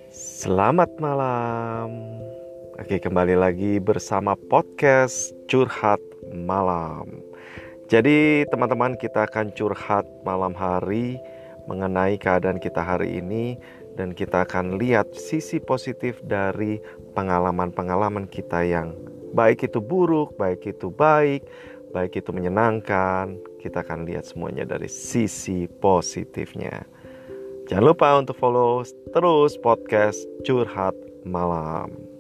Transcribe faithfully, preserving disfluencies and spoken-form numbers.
Selamat malam. Oke, kembali lagi bersama podcast Curhat Malam. Jadi teman-teman, kita akan curhat malam hari mengenai keadaan kita hari ini, dan kita akan lihat sisi positif dari pengalaman-pengalaman kita yang baik itu buruk, baik itu baik, baik itu menyenangkan. Kita akan lihat semuanya dari sisi positifnya. Jangan lupa untuk follow terus podcast Curhat Malam.